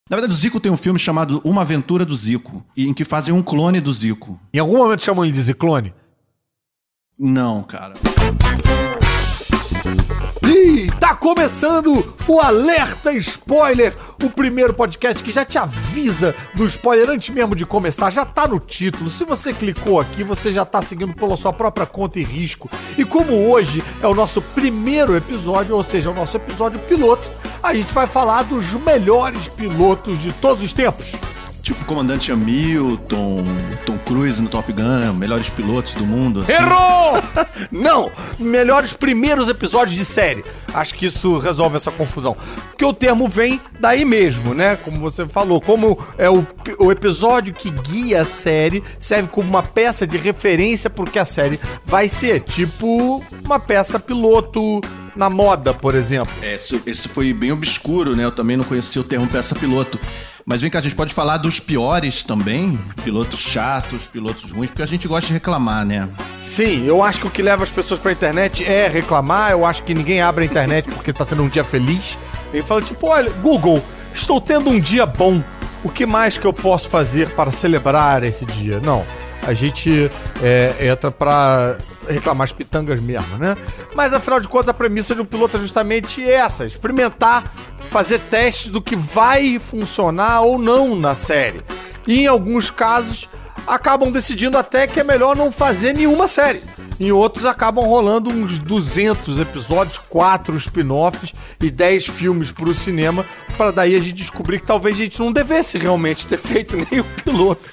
Na verdade, o Zico tem um filme chamado Uma Aventura do Zico, em que fazem um clone do Zico. Em algum momento chamam ele de Ziclone? Não, cara. Ih, tá começando o Alerta Spoiler, o primeiro podcast que já te avisa do spoiler antes mesmo de começar, já tá no título. Se você clicou aqui, você já tá seguindo pela sua própria conta e risco. E como hoje é o nosso primeiro episódio, ou seja, o nosso episódio piloto, a gente vai falar dos melhores pilotos de todos os tempos. Tipo o Comandante Hamilton, Tom Cruise no Top Gun, melhores pilotos do mundo. Assim. Errou! Não! Melhores primeiros episódios de série. Acho que isso resolve essa confusão. Porque o termo vem daí mesmo, né? Como você falou, como é o episódio que guia a série, serve como uma peça de referência porque a série vai ser. Tipo uma peça piloto na moda, por exemplo. Esse foi bem obscuro, né? Eu também não conhecia o termo peça piloto. Mas vem cá, a gente pode falar dos piores também, pilotos chatos, pilotos ruins, porque a gente gosta de reclamar, né? Sim, eu acho que o que leva as pessoas pra internet é reclamar, eu acho que ninguém abre a internet porque tá tendo um dia feliz. E fala tipo, olha, Google, estou tendo um dia bom, o que mais que eu posso fazer para celebrar esse dia? Não, a gente entra pra reclamar as pitangas mesmo, né? Mas afinal de contas a premissa de um piloto é justamente essa, experimentar, fazer testes do que vai funcionar ou não na série. E em alguns casos acabam decidindo até que é melhor não fazer nenhuma série. Em outros acabam rolando uns 200 episódios, 4 spin-offs e 10 filmes pro cinema, para daí a gente descobrir que talvez a gente não devesse realmente ter feito nem o piloto.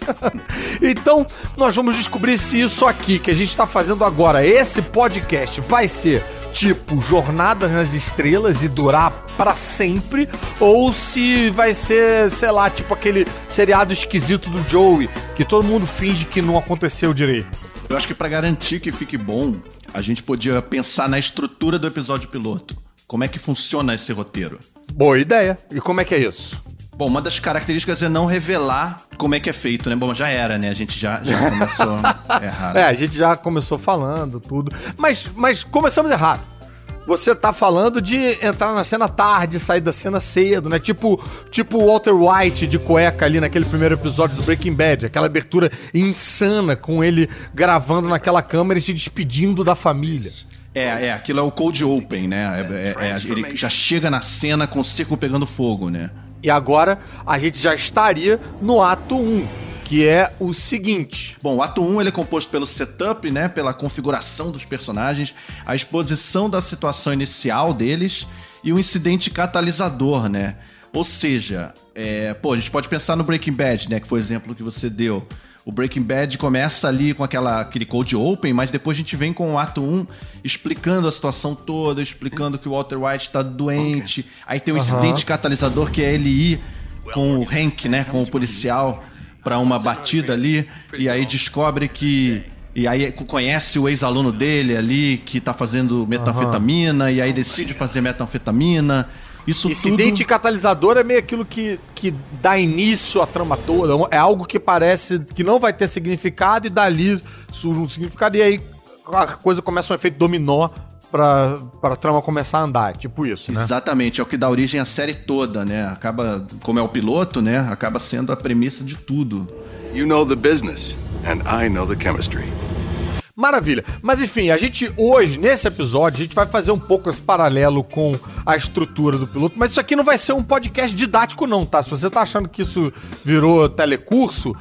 Então, nós vamos descobrir se isso aqui que a gente tá fazendo agora, esse podcast, vai ser tipo Jornada nas Estrelas e durar pra sempre, ou se vai ser, sei lá, tipo aquele seriado esquisito do Joey, que todo mundo finge que não aconteceu direito. Eu acho que pra garantir que fique bom, a gente podia pensar na estrutura do episódio piloto. Como é que funciona esse roteiro? Boa ideia. E como é que é isso? Bom, uma das características é não revelar como é que é feito, né? Bom, já era, né? A gente já começou errado. A gente já começou falando tudo. Mas começamos errado. Você tá falando de entrar na cena tarde, sair da cena cedo, né? Tipo o Walter White de cueca ali naquele primeiro episódio do Breaking Bad. Aquela abertura insana com ele gravando naquela câmera e se despedindo da família. Aquilo é o cold open, né? Ele já chega na cena com o circo pegando fogo, né? E agora a gente já estaria no ato 1, que é o seguinte. Bom, o ato 1 ele é composto pelo setup, né? Pela configuração dos personagens, a exposição da situação inicial deles e o incidente catalisador, né? Ou seja, a gente pode pensar no Breaking Bad, né? Que foi o exemplo que você deu. O Breaking Bad começa ali com aquele cold open, mas depois a gente vem com o ato 1 explicando a situação toda, explicando que o Walter White tá doente. Aí tem o incidente catalisador, que é ele ir com o Hank, né? Com o policial pra uma batida ali, e aí descobre que... E aí conhece o ex-aluno dele ali, que tá fazendo metanfetamina, e aí decide fazer metanfetamina. Isso incidente tudo... catalisador é meio aquilo que dá início à trama toda. É algo que parece que não vai ter significado e dali surge um significado, e aí a coisa começa um efeito dominó pra trama começar a andar, tipo isso, né? Exatamente, é o que dá origem à série toda, né? Acaba, como é o piloto, né? Acaba sendo a premissa de tudo. You know the business, and I know the chemistry. Maravilha. Mas enfim, a gente hoje, nesse episódio, a gente vai fazer um pouco esse paralelo com a estrutura do piloto, mas isso aqui não vai ser um podcast didático não, tá? Se você tá achando que isso virou telecurso,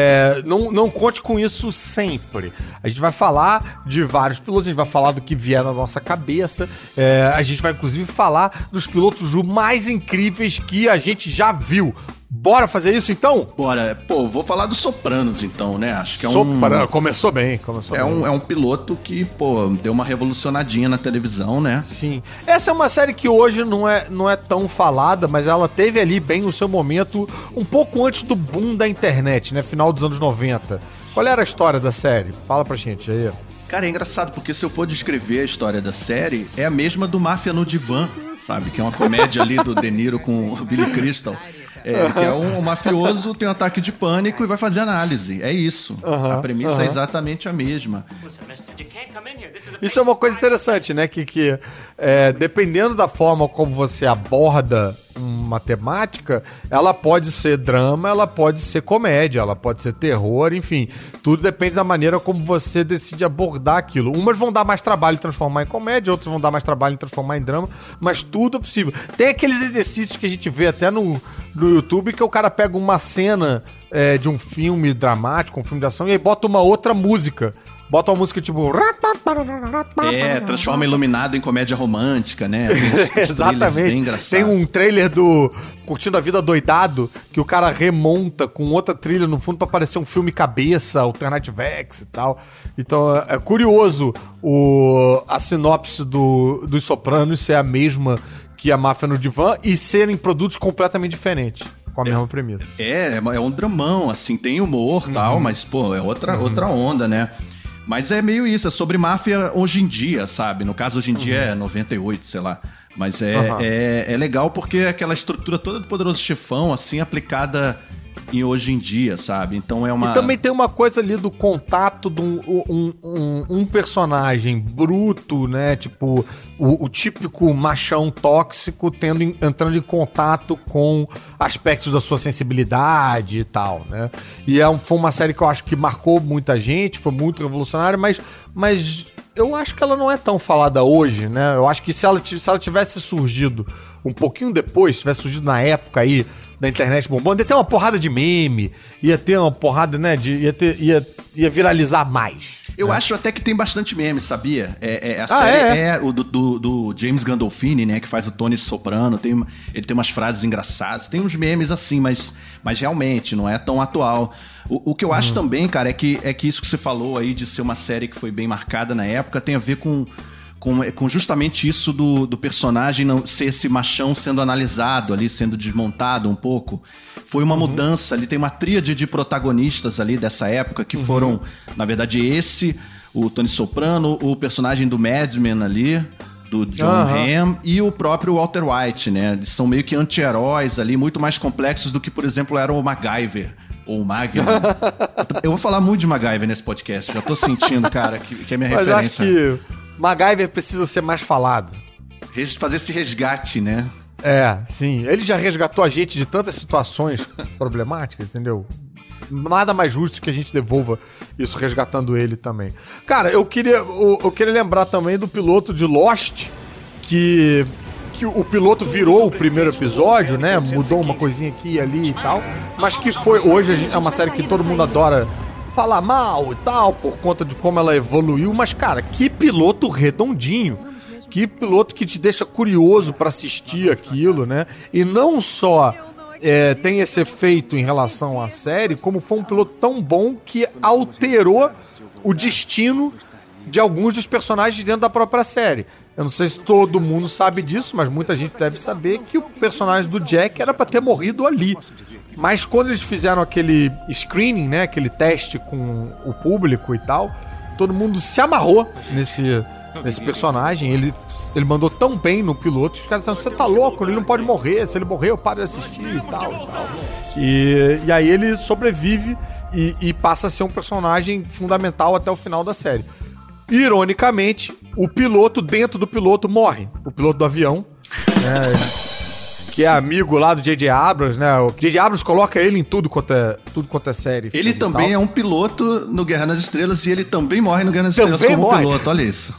não conte com isso sempre. A gente vai falar de vários pilotos, a gente vai falar do que vier na nossa cabeça, a gente vai inclusive falar dos pilotos mais incríveis que a gente já viu. Bora fazer isso, então? Bora. Pô, vou falar dos Sopranos, então, né? Acho que é Começou bem. É um piloto que, deu uma revolucionadinha na televisão, né? Sim. Essa é uma série que hoje não é tão falada, mas ela teve ali bem no seu momento, um pouco antes do boom da internet, né? Final dos anos 90. Qual era a história da série? Fala pra gente aí. Cara, é engraçado, porque se eu for descrever a história da série, é a mesma do Máfia no Divã, sabe? Que é uma comédia ali do De Niro com o Billy Crystal. Que é um mafioso, tem um ataque de pânico e vai fazer análise. É isso. A premissa é exatamente a mesma. Isso é uma coisa interessante, né? Que dependendo da forma como você aborda uma temática, ela pode ser drama, ela pode ser comédia, ela pode ser terror, enfim. Tudo depende da maneira como você decide abordar aquilo. Umas vão dar mais trabalho em transformar em comédia, outras vão dar mais trabalho em transformar em drama, mas tudo é possível. Tem aqueles exercícios que a gente vê até no YouTube, que o cara pega uma cena de um filme dramático, um filme de ação, e aí bota uma outra música. Bota uma música tipo... transforma Iluminado em comédia romântica, né? Exatamente. Tem um trailer do Curtindo a Vida Doidado, que o cara remonta com outra trilha no fundo pra parecer um filme cabeça, Alternative X e tal. Então é curioso a sinopse dos Sopranos ser a mesma que a Máfia no Divã e serem produtos completamente diferentes. Com a mesma premissa. É um dramão, assim, tem humor e tal, mas, pô, é outra onda, né? Mas é meio isso, é sobre máfia hoje em dia, sabe? No caso, hoje em dia é 98, sei lá. Mas é legal porque é aquela estrutura toda do Poderoso Chefão, assim, aplicada em hoje em dia, sabe? Então é uma... E também tem uma coisa ali do contato de um personagem bruto, né? Tipo, o típico machão tóxico entrando em contato com aspectos da sua sensibilidade e tal, né? E foi uma série que eu acho que marcou muita gente, foi muito revolucionária, mas eu acho que ela não é tão falada hoje, né? Eu acho que se ela tivesse surgido um pouquinho depois, tivesse surgido na época aí da internet bombando, ia ter uma porrada de meme, ia ter uma porrada, né, ia viralizar mais. Eu acho até que tem bastante meme, sabia? A série o do James Gandolfini, né, que faz o Tony Soprano, ele tem umas frases engraçadas, tem uns memes assim, mas realmente não é tão atual. O que eu acho também, cara, é que isso que você falou aí de ser uma série que foi bem marcada na época tem a ver com justamente isso do personagem não ser esse machão sendo analisado ali, sendo desmontado um pouco. Foi uma mudança ali, tem uma tríade de protagonistas ali dessa época que foram, na verdade, o Tony Soprano, o personagem do Mad Men ali, do John Hamm, e o próprio Walter White, né? Eles são meio que anti-heróis ali, muito mais complexos do que, por exemplo, era o MacGyver. Ou o Magnum. Eu vou falar muito de MacGyver nesse podcast, já tô sentindo, cara, que é minha referência. Mas acho que MacGyver precisa ser mais falado. Fazer esse resgate, né? Sim. Ele já resgatou a gente de tantas situações problemáticas, entendeu? Nada mais justo que a gente devolva isso resgatando ele também. Cara, eu queria lembrar também do piloto de Lost, que o piloto virou o primeiro episódio, né? Mudou uma coisinha aqui e ali e tal. Mas que hoje é uma série que todo mundo adora falar mal e tal, por conta de como ela evoluiu, mas, cara, que piloto redondinho, que piloto que te deixa curioso pra assistir aquilo, né? E não só tem esse efeito em relação à série, como foi um piloto tão bom que alterou o destino de alguns dos personagens dentro da própria série. Eu não sei se todo mundo sabe disso, mas muita gente deve saber que o personagem do Jack era pra ter morrido ali. Mas quando eles fizeram aquele screening, né, aquele teste com o público e tal, todo mundo se amarrou nesse personagem. Ele mandou tão bem no piloto, os caras disseram, você tá louco, ele não pode morrer, se ele morrer eu paro de assistir e tal. E aí ele sobrevive e passa a ser um personagem fundamental até o final da série. Ironicamente, o piloto dentro do piloto morre. O piloto do avião, né, que é amigo lá do J.J. Abrams, né? O J.J. Abrams coloca ele em tudo quanto é série. Ele também é um piloto no Guerra nas Estrelas e ele também morre no Guerra nas Estrelas como piloto, olha isso.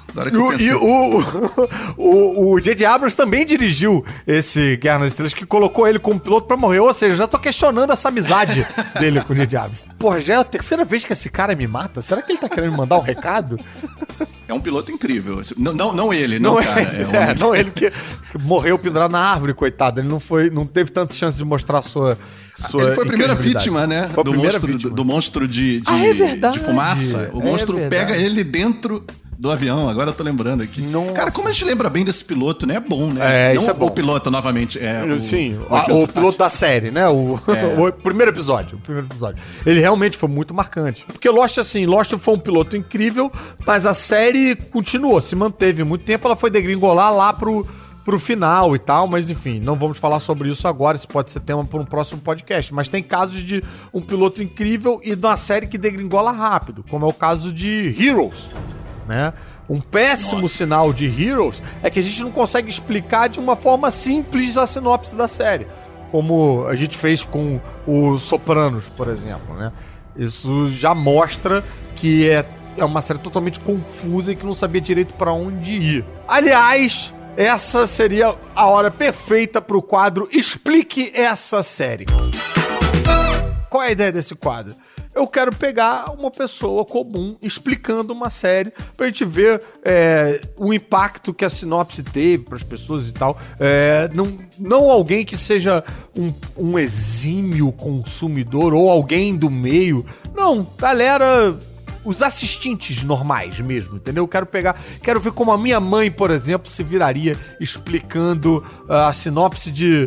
O J.J. Abrams também dirigiu esse Guerra nas Estrelas, que colocou ele como piloto pra morrer, ou seja, já tô questionando essa amizade dele com o J.J. Abrams. Porra, já é a terceira vez que esse cara me mata? Será que ele tá querendo mandar um recado? É um piloto incrível. Não ele, não, cara. Não ele que morreu pendurado na árvore, coitado. Ele não teve tanta chance de mostrar sua ele foi a primeira vítima, né? Foi do monstro de fumaça. O monstro pega ele dentro do avião, agora eu tô lembrando aqui. Nossa. Cara, como a gente lembra bem desse piloto, né? É bom, né? Isso é bom. O piloto, novamente. O piloto da série, né? O primeiro episódio. Ele realmente foi muito marcante. Porque Lost foi um piloto incrível, mas a série continuou, se manteve muito tempo, ela foi degringolar lá pro final e tal, mas enfim, não vamos falar sobre isso agora, isso pode ser tema para um próximo podcast, mas tem casos de um piloto incrível e de uma série que degringola rápido, como é o caso de Heroes, né? Um péssimo sinal de Heroes é que a gente não consegue explicar de uma forma simples a sinopse da série. Como a gente fez com o Sopranos, por exemplo, né? Isso já mostra que é uma série totalmente confusa e que não sabia direito pra onde ir. Aliás, essa seria a hora perfeita pro quadro Explique Essa Série. Qual é a ideia desse quadro? Eu quero pegar uma pessoa comum explicando uma série pra gente ver o impacto que a sinopse teve pras pessoas e tal. Não alguém que seja um exímio consumidor ou alguém do meio. Não, galera, os assistentes normais mesmo, entendeu? Quero ver como a minha mãe, por exemplo, se viraria explicando a sinopse de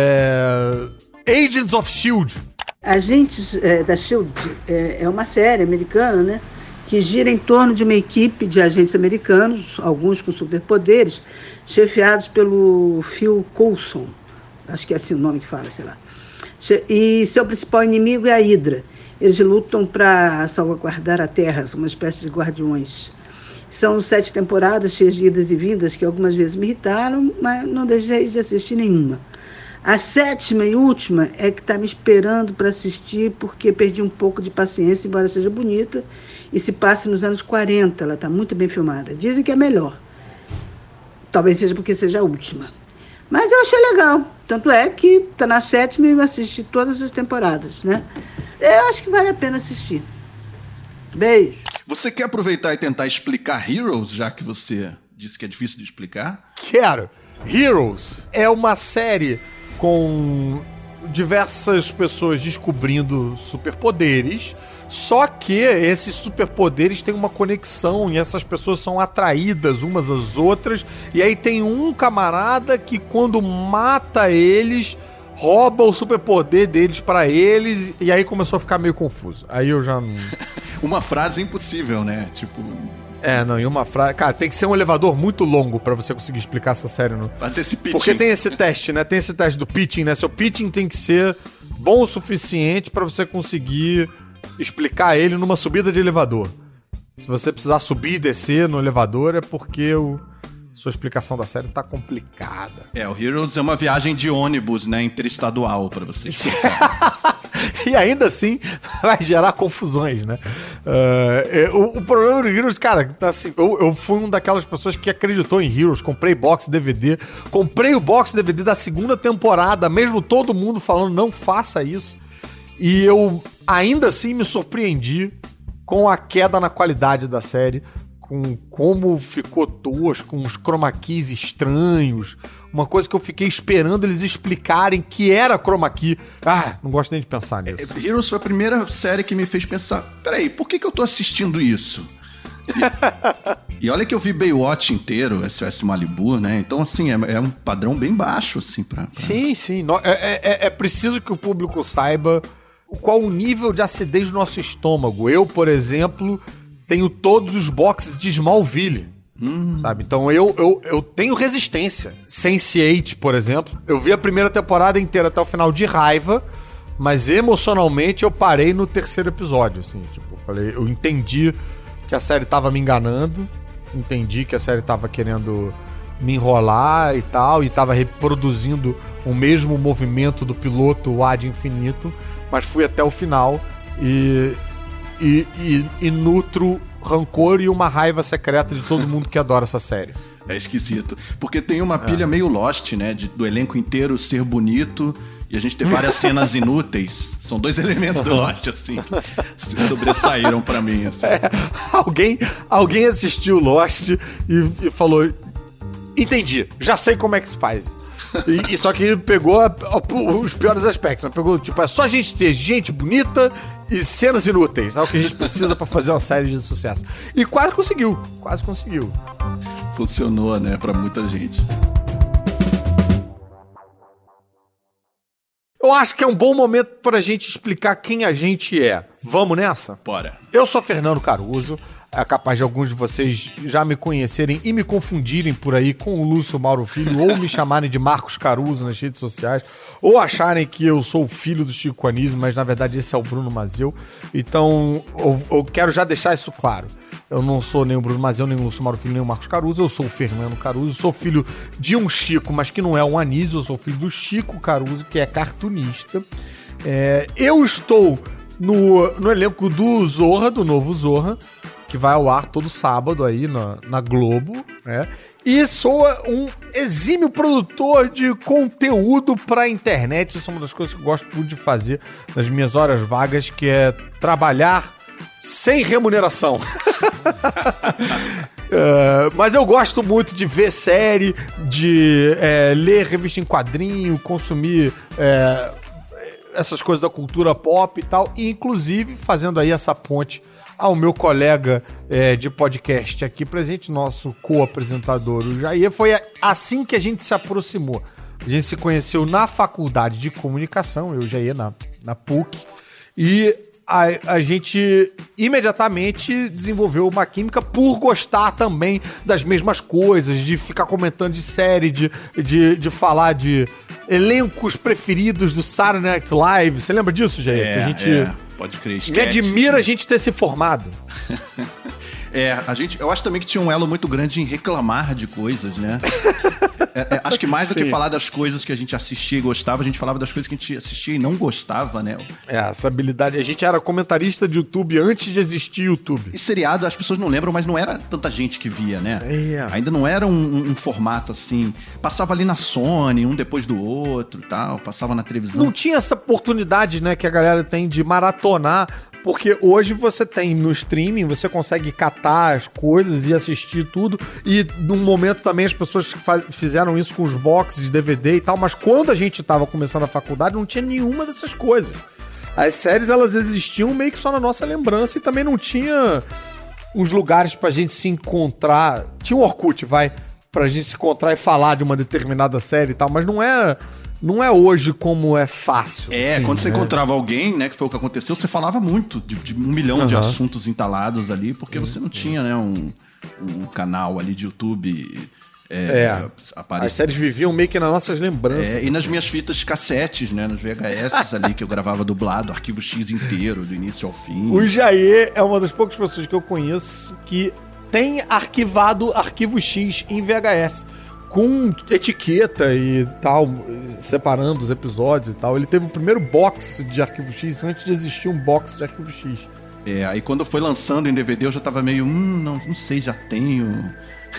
Agents of S.H.I.E.L.D. Agentes da S.H.I.E.L.D. é uma série americana, né, que gira em torno de uma equipe de agentes americanos, alguns com superpoderes, chefiados pelo Phil Coulson. Acho que é assim o nome que fala, sei lá. E seu principal inimigo é a Hydra. Eles lutam para salvaguardar a Terra, são uma espécie de guardiões. São 7 temporadas cheias de idas e vindas que algumas vezes me irritaram, mas não deixei de assistir nenhuma. A 7ª e última é que está me esperando para assistir porque perdi um pouco de paciência, embora seja bonita, e se passe nos anos 40. Ela está muito bem filmada. Dizem que é melhor. Talvez seja porque seja a última. Mas eu achei legal. Tanto é que está na 7ª e eu assisti todas as temporadas, né? Eu acho que vale a pena assistir. Beijo. Você quer aproveitar e tentar explicar Heroes, já que você disse que é difícil de explicar? Quero. Heroes é uma série com diversas pessoas descobrindo superpoderes, só que esses superpoderes têm uma conexão e essas pessoas são atraídas umas às outras, e aí tem um camarada que quando mata eles, rouba o superpoder deles pra eles, e aí começou a ficar meio confuso. Aí eu já não... Uma frase impossível, né? Tipo... em uma frase... Cara, tem que ser um elevador muito longo pra você conseguir explicar essa série, não? Fazer esse pitching. Porque tem esse teste, né? Tem esse teste do pitching, né? Seu pitching tem que ser bom o suficiente pra você conseguir explicar ele numa subida de elevador. Se você precisar subir e descer no elevador, é porque sua explicação da série tá complicada. O Heroes é uma viagem de ônibus, né? Interestadual pra você explicar. E ainda assim vai gerar confusões, né? O problema do Heroes, cara, assim, eu fui uma daquelas pessoas que acreditou em Heroes, comprei box DVD, comprei o box DVD da 2ª temporada, mesmo todo mundo falando não faça isso, e eu ainda assim me surpreendi com a queda na qualidade da série, com como ficou tosco, com uns chroma keys estranhos, uma coisa que eu fiquei esperando eles explicarem que era chroma key. Não gosto nem de pensar nisso. Heroes foi a primeira série que me fez pensar, peraí, por que eu tô assistindo isso? E olha que eu vi Baywatch inteiro, SOS Malibu, né? Então, assim, é um padrão bem baixo, assim, pra... Sim. É preciso que o público saiba qual o nível de acidez do nosso estômago. Eu, por exemplo, tenho todos os boxes de Smallville, sabe? Então eu tenho resistência. Sense8, por exemplo, eu vi a primeira temporada inteira até o final de raiva, mas emocionalmente eu parei no 3º episódio, assim, tipo, eu entendi que a série tava me enganando, entendi que a série tava querendo me enrolar e tal, e tava reproduzindo o mesmo movimento do piloto ad infinito, mas fui até o final e nutro rancor e uma raiva secreta de todo mundo que adora essa série. É esquisito. Porque tem uma pilha meio Lost, né? Do elenco inteiro ser bonito e a gente ter várias cenas inúteis. São 2 elementos do Lost, assim, que se sobressaíram pra mim, assim. Alguém assistiu Lost e falou: entendi, já sei como é que se faz. E só que pegou os piores aspectos, né? Pegou, tipo, é só a gente ter gente bonita e cenas inúteis, é o que a gente precisa pra fazer uma série de sucesso. E quase conseguiu. Funcionou, né, pra muita gente. Eu acho que é um bom momento pra gente explicar quem a gente é. Vamos nessa? Bora. Eu sou Fernando Caruso. É capaz de alguns de vocês já me conhecerem e me confundirem por aí com o Lúcio Mauro Filho, ou me chamarem de Marcos Caruso nas redes sociais, ou acharem que eu sou o filho do Chico Anísio, mas na verdade esse é o Bruno Mazeu. Então eu quero já deixar isso claro. Eu não sou nem o Bruno Mazzeo, nem o Lúcio Mauro Filho, nem o Marcos Caruso. Eu sou o Fernando Caruso. Sou filho de um Chico, mas que não é um Anísio. Eu sou filho do Chico Caruso, que é cartunista. Eu estou no elenco do Zorra, do novo Zorra, que vai ao ar todo sábado aí na Globo, né? E sou um exímio produtor de conteúdo pra internet. Isso é uma das coisas que eu gosto muito de fazer nas minhas horas vagas, que é trabalhar sem remuneração. Mas eu gosto muito de ver série, de ler revista em quadrinho, consumir essas coisas da cultura pop e tal, e inclusive fazendo aí essa ponte ao meu colega de podcast aqui presente, nosso co-apresentador, o Jair. Foi assim que a gente se aproximou. A gente se conheceu na faculdade de comunicação, eu e o Jair na PUC, e a gente imediatamente desenvolveu uma química por gostar também das mesmas coisas, de ficar comentando de série, de falar de elencos preferidos do Saturday Night Live. Você lembra disso, Jair? Pode crer. Me admira a gente ter se formado. Eu acho também que tinha um elo muito grande em reclamar de coisas, né? Acho que mais do que falar das coisas que a gente assistia e gostava, a gente falava das coisas que a gente assistia e não gostava, né? Essa habilidade. A gente era comentarista de YouTube antes de existir YouTube. E seriado, as pessoas não lembram, mas não era tanta gente que via, né? Ainda não era um formato assim. Passava ali na Sony, um depois do outro e tal. Passava na televisão. Não tinha essa oportunidade, né, que a galera tem de maratonar. Porque hoje você tem no streaming, você consegue catar as coisas e assistir tudo. E num momento também as pessoas fizeram isso com os boxes de DVD e tal. Mas quando a gente tava começando a faculdade, não tinha nenhuma dessas coisas. As séries, elas existiam meio que só na nossa lembrança. E também não tinha uns lugares pra gente se encontrar. Tinha um Orkut, pra gente se encontrar e falar de uma determinada série e tal. Mas não é hoje como é fácil. Assim, quando você encontrava alguém, né, que foi o que aconteceu, você falava muito de 1 milhão de assuntos entalados ali, porque você não tinha, né, um canal ali de YouTube. As séries viviam meio que nas nossas lembranças. E nas minhas fitas cassetes, né, nos VHS ali, que eu gravava dublado, Arquivo X inteiro, do início ao fim. O Jair é uma das poucas pessoas que eu conheço que tem arquivado Arquivo X em VHS. Com etiqueta e tal, separando os episódios e tal. Ele teve o primeiro box de Arquivo X antes de existir um box de Arquivo X. Aí quando foi lançando em DVD eu já tava meio, não sei, já tenho.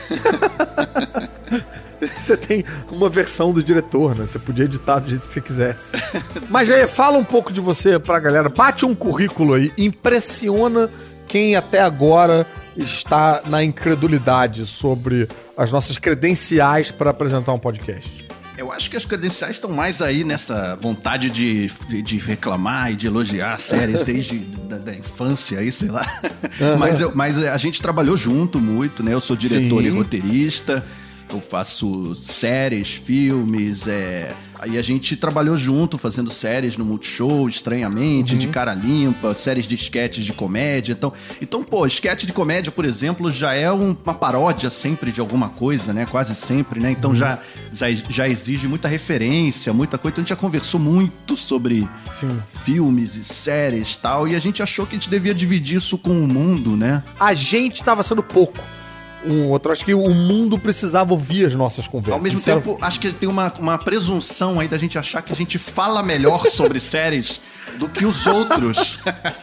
Você tem uma versão do diretor, né? Você podia editar do jeito que você quisesse. Mas aí, fala um pouco de você pra galera. Bate um currículo aí, impressiona quem até agora está na incredulidade sobre as nossas credenciais para apresentar um podcast. Eu acho que as credenciais estão mais aí nessa vontade de reclamar e de elogiar séries desde da infância aí, sei lá. Mas a gente trabalhou junto muito, né? Eu sou diretor e roteirista, eu faço séries, filmes, Aí a gente trabalhou junto, fazendo séries no Multishow, Estranhamente, De Cara Limpa, séries de esquetes de comédia. Então, pô, esquete de comédia, por exemplo, já é uma paródia sempre de alguma coisa, né? Quase sempre, né? Então já exige muita referência, muita coisa. Então a gente já conversou muito sobre filmes e séries e tal. E a gente achou que a gente devia dividir isso com o mundo, né? A gente tava sendo pouco. Acho que o mundo precisava ouvir as nossas conversas. Ao mesmo tempo, acho que tem uma presunção aí da gente achar que a gente fala melhor sobre séries do que os outros.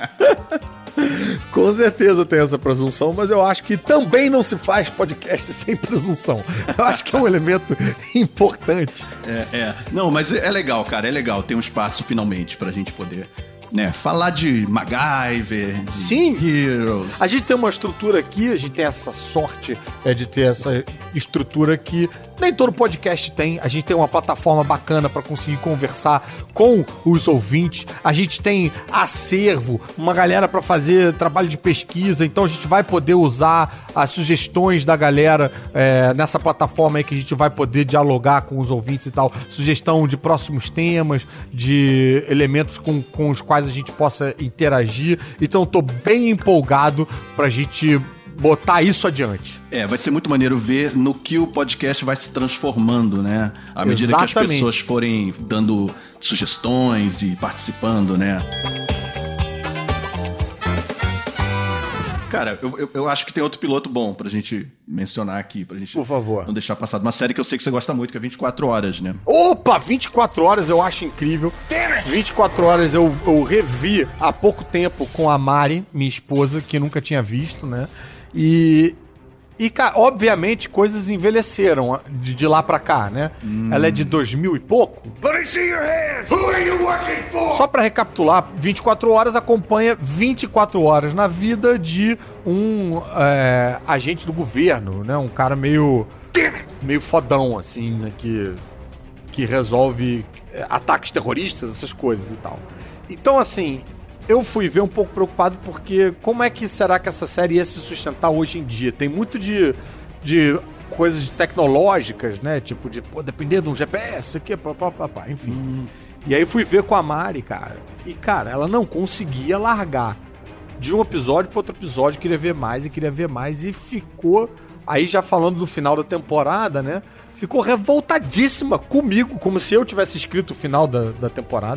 Com certeza tem essa presunção, mas eu acho que também não se faz podcast sem presunção. Eu acho que é um elemento importante. Não, mas é legal, cara, é legal. Tem um espaço finalmente pra gente poder... né, falar de MacGyver, de Heroes. A gente tem uma estrutura aqui, a gente tem essa sorte de ter essa estrutura que nem todo podcast tem. A gente tem uma plataforma bacana para conseguir conversar com os ouvintes. A gente tem acervo, uma galera para fazer trabalho de pesquisa. Então a gente vai poder usar as sugestões da galera nessa plataforma aí, que a gente vai poder dialogar com os ouvintes e tal. Sugestão de próximos temas, de elementos com os quais a gente possa interagir. Então eu tô bem empolgado pra gente botar isso adiante. Vai ser muito maneiro ver no que o podcast vai se transformando, né? À medida que as pessoas forem dando sugestões e participando, né? Cara, eu acho que tem outro piloto bom pra gente mencionar aqui, pra gente Por favor. não deixar passar. Uma série que eu sei que você gosta muito, que é 24 Horas, né? Opa, 24 Horas eu acho incrível. 24 Horas eu revi há pouco tempo com a Mari, minha esposa, que nunca tinha visto, né? E cara, obviamente, coisas envelheceram de lá pra cá, né? Ela é de 2000 e pouco. Let me see your hands! Who are you working for? Só pra recapitular, 24 Horas acompanha 24 horas na vida de um agente do governo, né? Um cara meio fodão, assim, né? Que resolve ataques terroristas, essas coisas e tal. Então, assim, eu fui ver um pouco preocupado porque como é que será que essa série ia se sustentar hoje em dia? Tem muito de coisas tecnológicas, né? Tipo, depender de um GPS, isso aqui, papapá, enfim. E aí fui ver com a Mari, cara. E, cara, ela não conseguia largar de um episódio para outro episódio, queria ver mais e ficou, aí já falando do final da temporada, né? Ficou revoltadíssima comigo, como se eu tivesse escrito o final da temporada.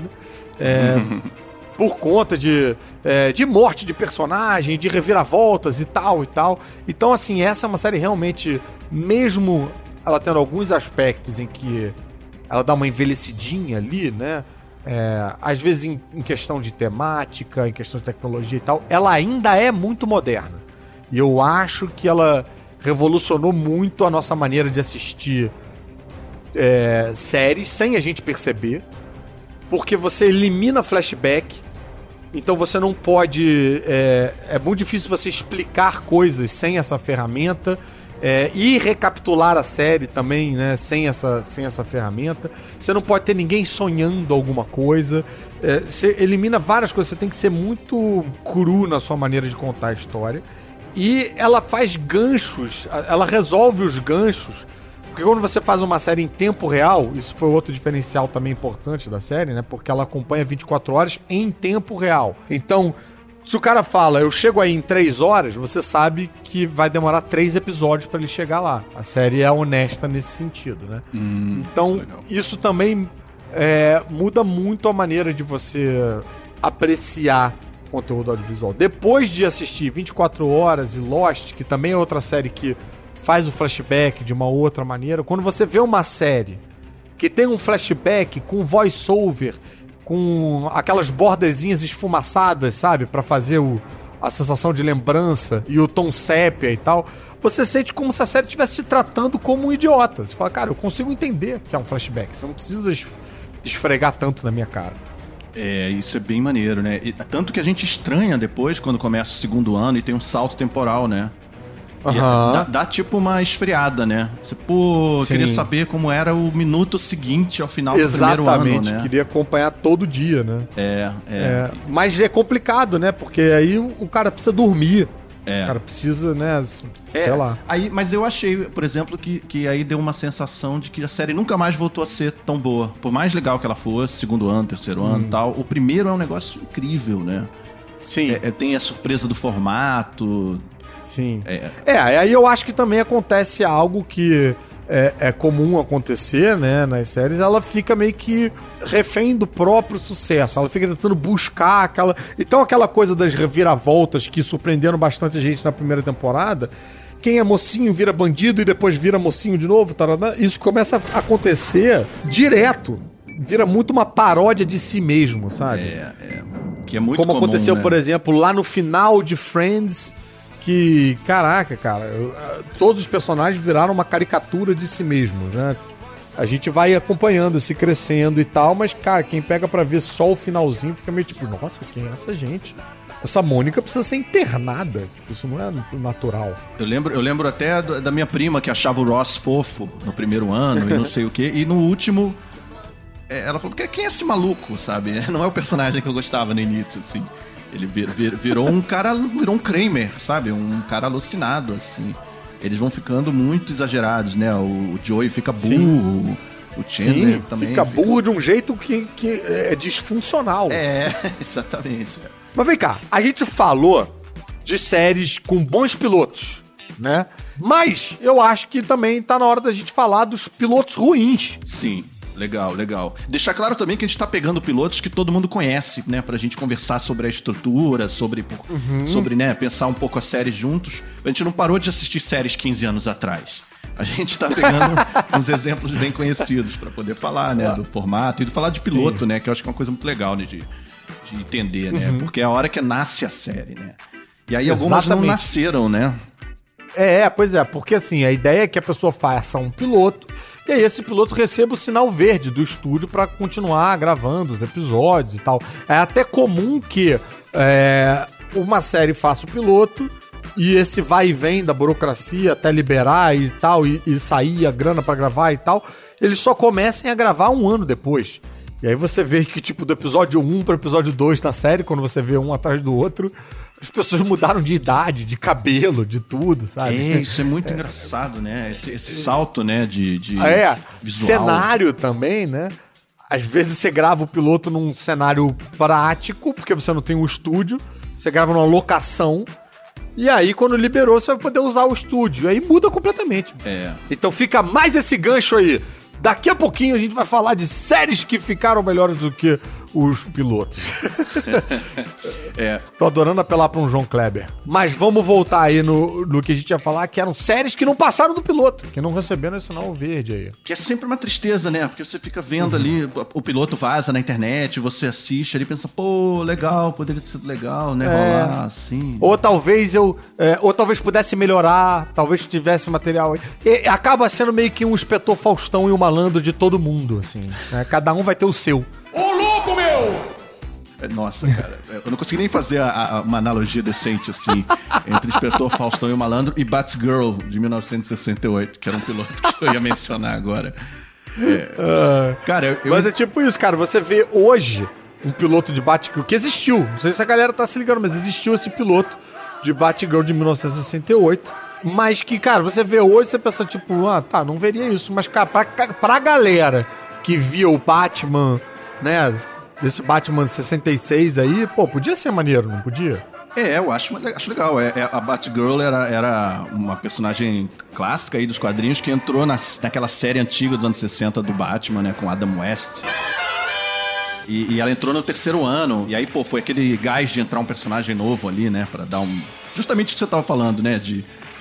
Por conta de morte de personagem, de reviravoltas e tal. Então, assim, essa é uma série realmente, mesmo ela tendo alguns aspectos em que ela dá uma envelhecidinha ali, né? Às vezes em questão de temática, em questão de tecnologia e tal, ela ainda é muito moderna. E eu acho que ela revolucionou muito a nossa maneira de assistir séries sem a gente perceber. Porque você elimina flashback. Então você não pode... É muito difícil você explicar coisas sem essa ferramenta. E recapitular a série também, né? Sem essa ferramenta. Você não pode ter ninguém sonhando alguma coisa. Você elimina várias coisas. Você tem que ser muito cru na sua maneira de contar a história. E ela faz ganchos. Ela resolve os ganchos. Porque quando você faz uma série em tempo real, isso foi outro diferencial também importante da série, né? Porque ela acompanha 24 horas em tempo real. Então, se o cara fala, eu chego aí em 3 horas, você sabe que vai demorar 3 episódios pra ele chegar lá. A série é honesta nesse sentido, né? Então, isso também muda muito a maneira de você apreciar conteúdo audiovisual. Depois de assistir 24 horas e Lost, que também é outra série que faz o flashback de uma outra maneira. Quando você vê uma série que tem um flashback com voice-over, com aquelas bordazinhas esfumaçadas, sabe? Pra fazer a sensação de lembrança e o tom sépia e tal, você sente como se a série estivesse te tratando como um idiota. Você fala, cara, eu consigo entender que é um flashback. Você não precisa esfregar tanto na minha cara. Isso é bem maneiro, né? E, tanto que a gente estranha depois, quando começa o segundo ano e tem um salto temporal, né? Dá tipo uma esfriada, né? Você, queria saber como era o minuto seguinte ao final do primeiro ano, né? Exatamente, queria acompanhar todo dia, né? Mas é complicado, né? Porque aí o cara precisa dormir. O cara precisa, né? Sei lá. Mas eu achei, por exemplo, que aí deu uma sensação de que a série nunca mais voltou a ser tão boa. Por mais legal que ela fosse, segundo ano, terceiro ano e tal, o primeiro é um negócio incrível, né? Sim. Tem a surpresa do formato... Sim. Aí eu acho que também acontece algo que é comum acontecer, né, nas séries. Ela fica meio que refém do próprio sucesso. Ela fica tentando buscar aquela... Então aquela coisa das reviravoltas que surpreenderam bastante a gente na primeira temporada, quem é mocinho vira bandido e depois vira mocinho de novo, taradá, isso começa a acontecer direto. Vira muito uma paródia de si mesmo, sabe? Que é muito como comum, aconteceu, né? Por exemplo, lá no final de Friends... Que, caraca, cara, todos os personagens viraram uma caricatura de si mesmos, né? A gente vai acompanhando, se crescendo e tal, mas, cara, quem pega pra ver só o finalzinho fica meio tipo, nossa, quem é essa gente? Essa Mônica precisa ser internada. Tipo, isso não é natural. Eu lembro até da minha prima que achava o Ross fofo no primeiro ano e não sei o quê. E no último, ela falou, quem é esse maluco, sabe? Não é o personagem que eu gostava no início, assim. Ele virou um cara, virou um Kramer, sabe? Um cara alucinado, assim. Eles vão ficando muito exagerados, né? O Joey fica burro, sim. O Chandler também fica burro de um jeito que é disfuncional. Exatamente. Mas vem cá, a gente falou de séries com bons pilotos, né? Mas eu acho que também tá na hora da gente falar dos pilotos ruins. Sim. Legal. Deixar claro também que a gente tá pegando pilotos que todo mundo conhece, né? Pra gente conversar sobre a estrutura, sobre né, pensar um pouco a série juntos. A gente não parou de assistir séries 15 anos atrás. A gente tá pegando uns exemplos bem conhecidos pra poder falar, né? Do formato e de falar de piloto, né? Que eu acho que é uma coisa muito legal, né? De entender, né? Porque é a hora que nasce a série, né? E aí algumas não nasceram, né? Pois é, porque assim, a ideia é que a pessoa faça um piloto e aí esse piloto receba o sinal verde do estúdio pra continuar gravando os episódios e tal. É até comum que uma série faça o piloto e esse vai e vem da burocracia até liberar e tal, e sair a grana pra gravar e tal, eles só comecem a gravar um ano depois. E aí você vê que, tipo, do episódio 1 pro episódio 2 da série, quando você vê um atrás do outro, as pessoas mudaram de idade, de cabelo, de tudo, sabe? Isso é muito engraçado, né? Esse salto, né, de visual. Cenário também, né? Às vezes você grava o piloto num cenário prático, porque você não tem um estúdio, você grava numa locação, e aí quando liberou você vai poder usar o estúdio, aí muda completamente. Então fica mais esse gancho aí. Daqui a pouquinho a gente vai falar de séries que ficaram melhores do que os pilotos. Tô adorando apelar pra um João Kleber. Mas vamos voltar aí no que a gente ia falar, que eram séries que não passaram do piloto, que não receberam esse sinal verde aí. Que é sempre uma tristeza, né? Porque você fica vendo ali, o piloto vaza na internet, você assiste ali e pensa, pô, legal, poderia ter sido legal, né? Rolar assim. Ou talvez pudesse melhorar, talvez tivesse material aí. E acaba sendo meio que um Inspetor Faustão e um malandro de todo mundo, assim. Né? Cada um vai ter o seu. Ô, louco, meu! Nossa, cara, eu não consegui nem fazer uma analogia decente, assim, entre Inspetor Faustão e o Malandro e Batgirl, de 1968, que era um piloto que eu ia mencionar agora. Cara, Mas é tipo isso, cara, você vê hoje um piloto de Batgirl, que existiu, não sei se a galera tá se ligando, mas existiu esse piloto de Batgirl de 1968, mas que, cara, você vê hoje, você pensa, tipo, não veria isso, mas, cara, pra galera que via o Batman, né, desse Batman de 66 aí, pô, podia ser maneiro, não podia? Eu acho legal. A Batgirl era uma personagem clássica aí dos quadrinhos que entrou naquela série antiga dos anos 60 do Batman, né, com Adam West. E ela entrou no 3º ano, e aí, pô, foi aquele gás de entrar um personagem novo ali, né, pra dar justamente o que você tava falando, né, de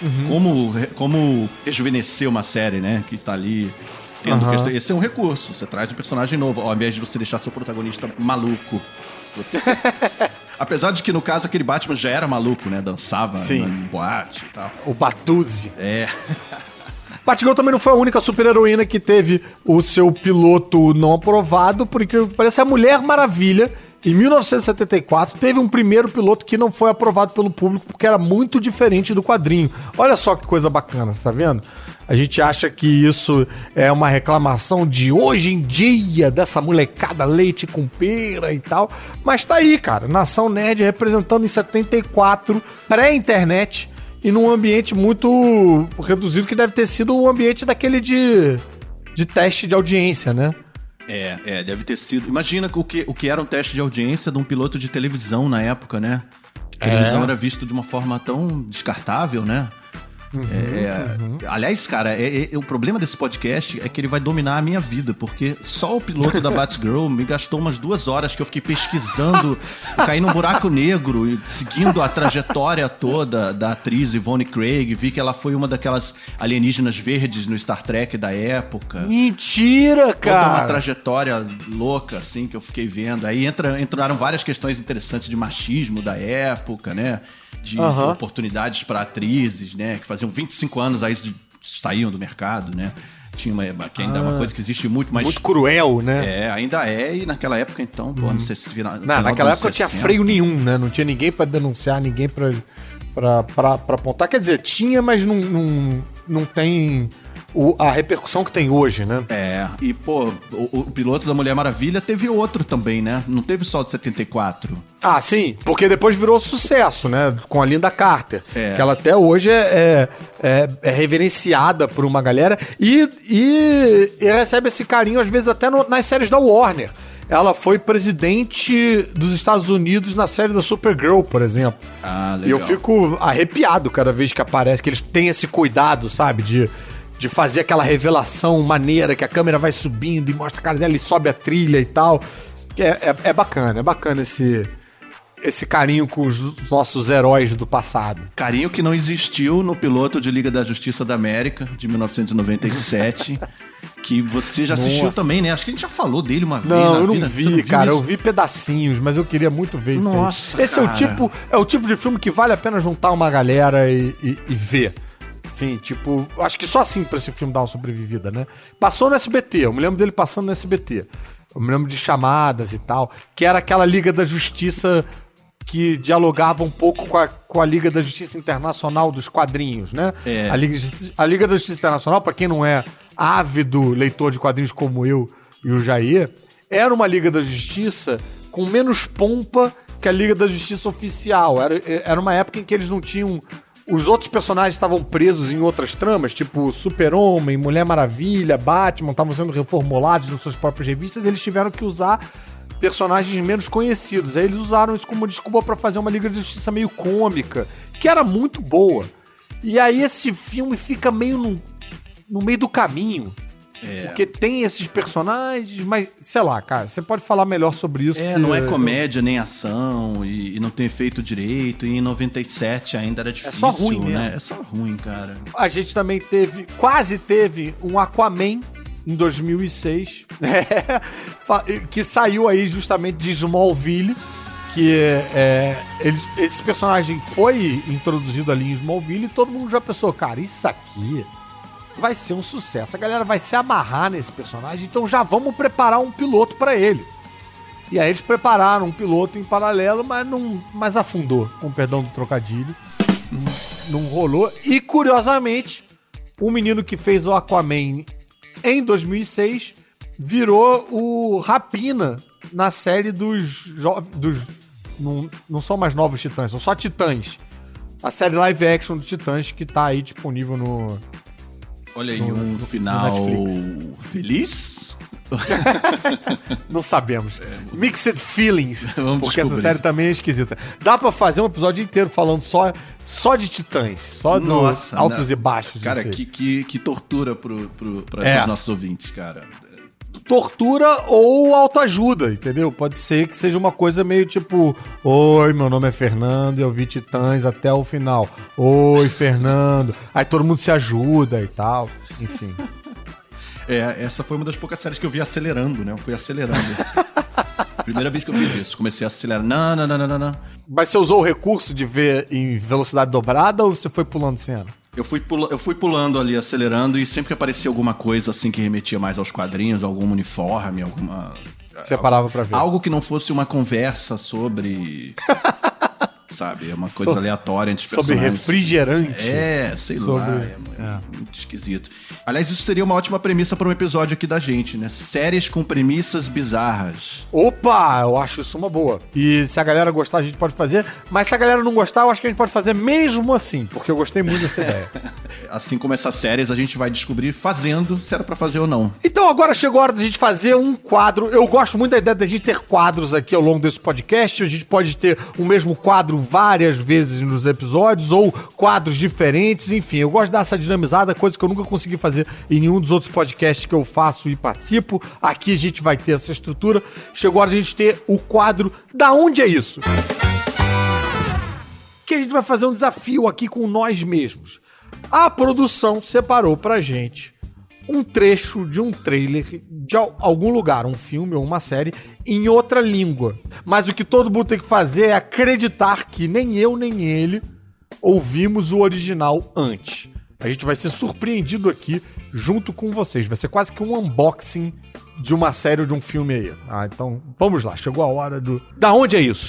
como rejuvenescer uma série, né, que tá ali... Esse é um recurso. Você traz um personagem novo, ao invés de você deixar seu protagonista maluco. Apesar de que, no caso, aquele Batman já era maluco, né? Dançava em boate e tal. O Batuzzi. Batgirl também não foi a única super-heroína que teve o seu piloto não aprovado, porque parece a Mulher Maravilha, em 1974, teve um primeiro piloto que não foi aprovado pelo público porque era muito diferente do quadrinho. Olha só que coisa bacana, você tá vendo? A gente acha que isso é uma reclamação de hoje em dia, dessa molecada leite com pera e tal. Mas tá aí, cara. Nação Nerd representando em 74, pré-internet, e num ambiente muito reduzido, que deve ter sido o ambiente daquele de teste de audiência, né? Deve ter sido. Imagina o que era um teste de audiência de um piloto de televisão na época, né? A televisão era visto de uma forma tão descartável, né? Aliás, cara, o problema desse podcast é que ele vai dominar a minha vida, porque só o piloto da Batgirl me gastou umas 2 horas que eu fiquei pesquisando, caí num buraco negro e seguindo a trajetória toda da atriz Yvonne Craig, vi que ela foi uma daquelas alienígenas verdes no Star Trek da época. Mentira, cara! Toda uma trajetória louca, assim, que eu fiquei vendo. Aí entraram várias questões interessantes de machismo da época, né? De oportunidades para atrizes, né? Que faziam 25 anos aí saíam do mercado, né? Tinha que ainda é uma coisa que existe muito, mas... Muito cruel, né? Ainda é, e naquela época, então, pô, não sei se virar... Naquela época não tinha freio nenhum, né? Não tinha ninguém pra denunciar, ninguém pra apontar. Quer dizer, tinha, mas não tem... a repercussão que tem hoje, né? E, pô, o piloto da Mulher Maravilha teve outro também, né? Não teve só o de 74. Ah, sim, porque depois virou sucesso, né? Com a Linda Carter. Que ela até hoje é reverenciada por uma galera e recebe esse carinho, às vezes, até nas séries da Warner. Ela foi presidente dos Estados Unidos na série da Supergirl, por exemplo. Legal. E eu fico arrepiado cada vez que aparece, que eles têm esse cuidado, sabe? de fazer aquela revelação maneira que a câmera vai subindo e mostra a cara dela e sobe a trilha e tal. É bacana esse carinho com os nossos heróis do passado. Carinho que não existiu no piloto de Liga da Justiça da América, de 1997, que você já assistiu também, né? Acho que a gente já falou dele uma vez. Não, eu não vi, cara. Eu vi pedacinhos, mas eu queria muito ver isso aí. Nossa, esse é o tipo de filme que vale a pena juntar uma galera e ver. Sim, tipo, acho que só assim pra esse filme dar uma sobrevivida, né? Passou no SBT, eu me lembro dele passando no SBT. Eu me lembro de chamadas e tal, que era aquela Liga da Justiça que dialogava um pouco com a Liga da Justiça Internacional dos quadrinhos, né? É. A Liga da Justiça Internacional, pra quem não é ávido leitor de quadrinhos como eu e o Jair, era uma Liga da Justiça com menos pompa que a Liga da Justiça oficial. Era uma época em que eles não tinham... Os outros personagens estavam presos em outras tramas, tipo Super-Homem, Mulher Maravilha, Batman, estavam sendo reformulados nas suas próprias revistas, e eles tiveram que usar personagens menos conhecidos. Aí eles usaram isso como desculpa pra fazer uma Liga de Justiça meio cômica, que era muito boa. E aí esse filme fica meio no meio do caminho. Porque tem esses personagens, mas, sei lá, cara, você pode falar melhor sobre isso. Não é comédia nem ação e não tem feito direito, e em 97 ainda era difícil, só ruim mesmo. né? É só ruim, cara. A gente também quase teve um Aquaman em 2006, que saiu aí justamente de Smallville, que esse personagem foi introduzido ali em Smallville e todo mundo já pensou, cara, isso aqui vai ser um sucesso. A galera vai se amarrar nesse personagem, então já vamos preparar um piloto pra ele. E aí eles prepararam um piloto em paralelo, mas afundou, com perdão do trocadilho. Não rolou. E, curiosamente, o menino que fez o Aquaman em 2006 virou o Rapina na série dos não são mais Novos Titãs, são só Titãs. A série live action dos Titãs que tá aí disponível no... Olha aí, um final feliz? Não sabemos. Mixed feelings. Vamos porque descobrir. essa série também é esquisita. Dá pra fazer um episódio inteiro falando só de Titãs. Só dos altos e baixos. Cara, que tortura para os nossos ouvintes, cara. Tortura ou autoajuda, entendeu? Pode ser que seja uma coisa meio tipo: oi, meu nome é Fernando e eu vi Titãs até o final. Oi, Fernando. Aí todo mundo se ajuda e tal. Enfim. Essa foi uma das poucas séries que eu vi acelerando, né? Eu fui acelerando. Primeira vez que eu fiz isso. Comecei a acelerar. Não. Mas você usou o recurso de ver em velocidade dobrada ou você foi pulando cena? Eu fui pulando ali, acelerando, e sempre que aparecia alguma coisa assim que remetia mais aos quadrinhos, algum uniforme, alguma... Você parava pra ver. Algo que não fosse uma conversa sobre... sabe, é uma coisa aleatória entre os personagens. Sobre refrigerante. Sei lá, muito esquisito. Aliás, isso seria uma ótima premissa para um episódio aqui da gente, né? Séries com premissas bizarras. Opa, eu acho isso uma boa. E se a galera gostar, a gente pode fazer. Mas se a galera não gostar, eu acho que a gente pode fazer mesmo assim, porque eu gostei muito dessa ideia. Assim como essas séries, a gente vai descobrir fazendo se era pra fazer ou não. Então agora chegou a hora da gente fazer um quadro. Eu gosto muito da ideia da gente ter quadros aqui ao longo desse podcast. A gente pode ter o mesmo quadro várias vezes nos episódios, ou quadros diferentes, enfim. Eu gosto de dar essa dinamizada, coisa que eu nunca consegui fazer em nenhum dos outros podcasts que eu faço e participo. Aqui a gente vai ter essa estrutura. Chegou a hora de a gente ter o quadro Da Onde é Isso? Que a gente vai fazer um desafio aqui com nós mesmos. A produção separou pra gente um trecho de um trailer de algum lugar, um filme ou uma série, em outra língua. Mas o que todo mundo tem que fazer é acreditar que nem eu nem ele ouvimos o original antes. A gente vai ser surpreendido aqui junto com vocês. Vai ser quase que um unboxing de uma série ou de um filme aí. Então vamos lá, chegou a hora do... Da onde é isso?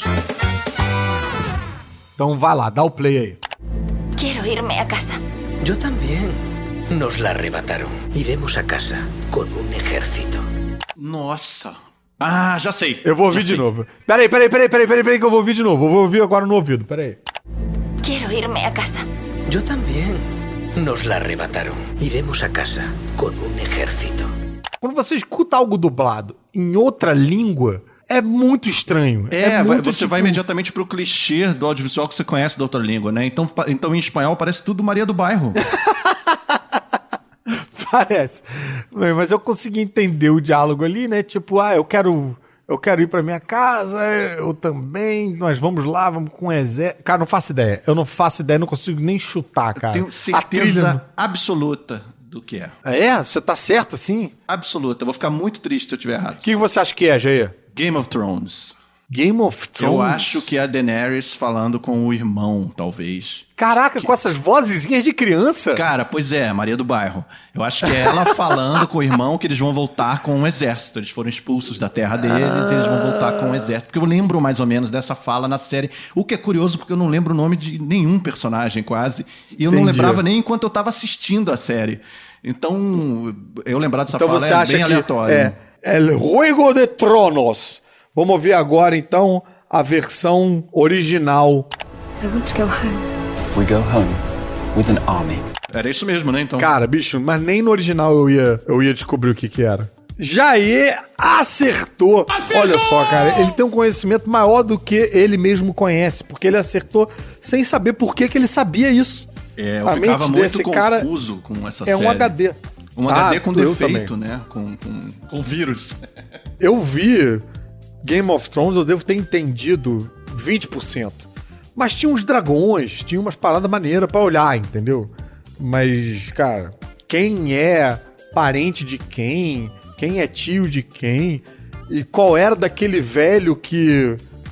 Então vai lá, dá o play aí. Quiero irme a casa. Yo también. Nos la arrebataron. Iremos a casa con un ejército. Nossa. Já sei. Eu vou ouvir de novo. Peraí, que eu vou ouvir de novo. Eu vou ouvir agora no ouvido, peraí. Quiero irme a casa. Yo también. Nos la arrebataron. Iremos a casa con un ejército. Quando você escuta algo dublado em outra língua, é muito estranho. Você vai imediatamente pro clichê do audiovisual que você conhece da outra língua, né? Então em espanhol parece tudo Maria do Bairro. Parece. Mas eu consegui entender o diálogo ali, né? Tipo, eu quero ir pra minha casa, eu também, nós vamos lá, vamos com o exército. Cara, não faço ideia. Eu não faço ideia, não consigo nem chutar, cara. Tenho certeza absoluta do que é. É? Você tá certo, assim? Absoluta. Eu vou ficar muito triste se eu estiver errado. O que você acha que é, Jair? Game of Thrones. Game of Thrones? Eu acho que é a Daenerys falando com o irmão, talvez. Caraca, com essas vozezinhas de criança? Cara, pois é, Maria do Bairro. Eu acho que é ela falando com o irmão que eles vão voltar com um exército. Eles foram expulsos da terra deles e eles vão voltar com um exército. Porque eu lembro mais ou menos dessa fala na série. O que é curioso, porque eu não lembro o nome de nenhum personagem quase. E eu não lembrava nem enquanto eu tava assistindo a série. Então, eu lembrar dessa fala você acha bem aleatório. É El Juego de Tronos. Vamos ouvir agora, então, a versão original. I want to go home. We go home with an army. Era isso mesmo, né, então? Cara, bicho, mas nem no original eu ia descobrir o que era. Jair acertou! Olha só, cara, ele tem um conhecimento maior do que ele mesmo conhece, porque ele acertou sem saber por que ele sabia isso. Eu ficava muito confuso com essa série. É um HD. Um HD com defeito, né? Com vírus. Eu vi Game of Thrones, eu devo ter entendido 20%. Mas tinha uns dragões, tinha umas paradas maneiras pra olhar, entendeu? Mas, cara, quem é parente de quem? Quem é tio de quem? E qual era daquele velho que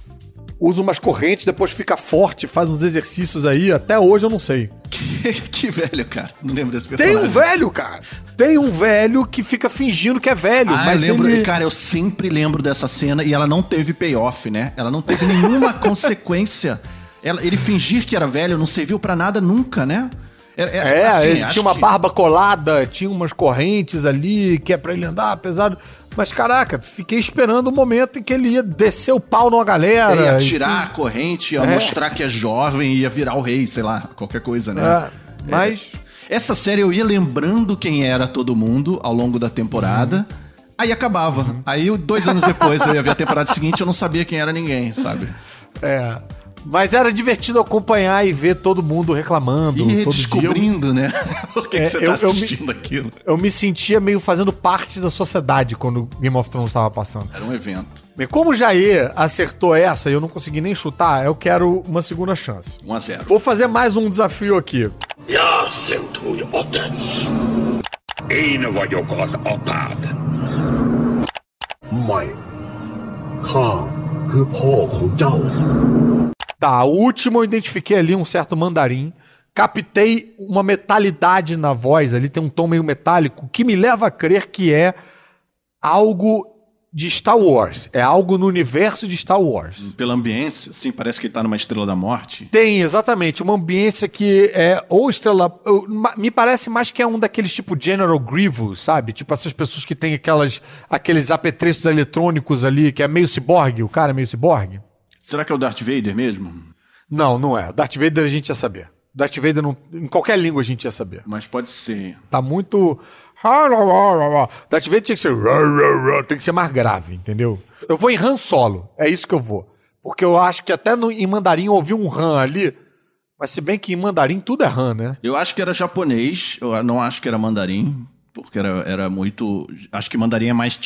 usa umas correntes, depois fica forte, faz uns exercícios aí? Até hoje eu não sei. Que velho, cara. Não lembro desse personagem. Tem um velho, cara. Tem um velho que fica fingindo que é velho. Mas eu lembro, cara, eu sempre lembro dessa cena e ela não teve payoff, né? Ela não teve nenhuma consequência. Ele fingir que era velho não serviu pra nada nunca, né? Assim, ele tinha uma barba colada, tinha umas correntes ali, que é pra ele andar pesado. Mas, caraca, fiquei esperando o momento em que ele ia descer o pau numa galera. Ia tirar a corrente, ia mostrar que é jovem, ia virar o rei, sei lá, qualquer coisa, né? Mas... Essa série eu ia lembrando quem era todo mundo ao longo da temporada, aí acabava. Aí 2 anos depois eu ia ver a temporada seguinte e eu não sabia quem era ninguém, sabe? Mas era divertido acompanhar e ver todo mundo reclamando. E descobrindo, né? Por que você tá assistindo aquilo? Eu me sentia meio fazendo parte da sociedade quando Game of Thrones estava passando. Era um evento. Bem, como o Jair acertou essa e eu não consegui nem chutar, eu quero uma segunda chance. 1-0. Vou fazer mais um desafio aqui. Tá, o último eu identifiquei ali um certo mandarim, captei uma metalidade na voz, ali tem um tom meio metálico, que me leva a crer que é algo de Star Wars, é algo no universo de Star Wars. Pela ambiência, sim, parece que ele tá numa Estrela da Morte. Tem, exatamente, uma ambiência que é ou Estrela... Me parece mais que é um daqueles tipo General Grievous, sabe? Tipo essas pessoas que tem aqueles apetrechos eletrônicos ali, que é meio ciborgue, o cara é meio ciborgue. Será que é o Darth Vader mesmo? Não, não é. Darth Vader a gente ia saber. Darth Vader não, em qualquer língua a gente ia saber. Mas pode ser. Tá muito... Darth Vader tinha que ser... Tem que ser mais grave, entendeu? Eu vou em Han Solo. É isso que eu vou. Porque eu acho que até em mandarim eu ouvi um Han ali. Mas se bem que em mandarim tudo é Han, né? Eu acho que era japonês. Eu não acho que era mandarim. Porque era muito... Acho que mandarim é mais...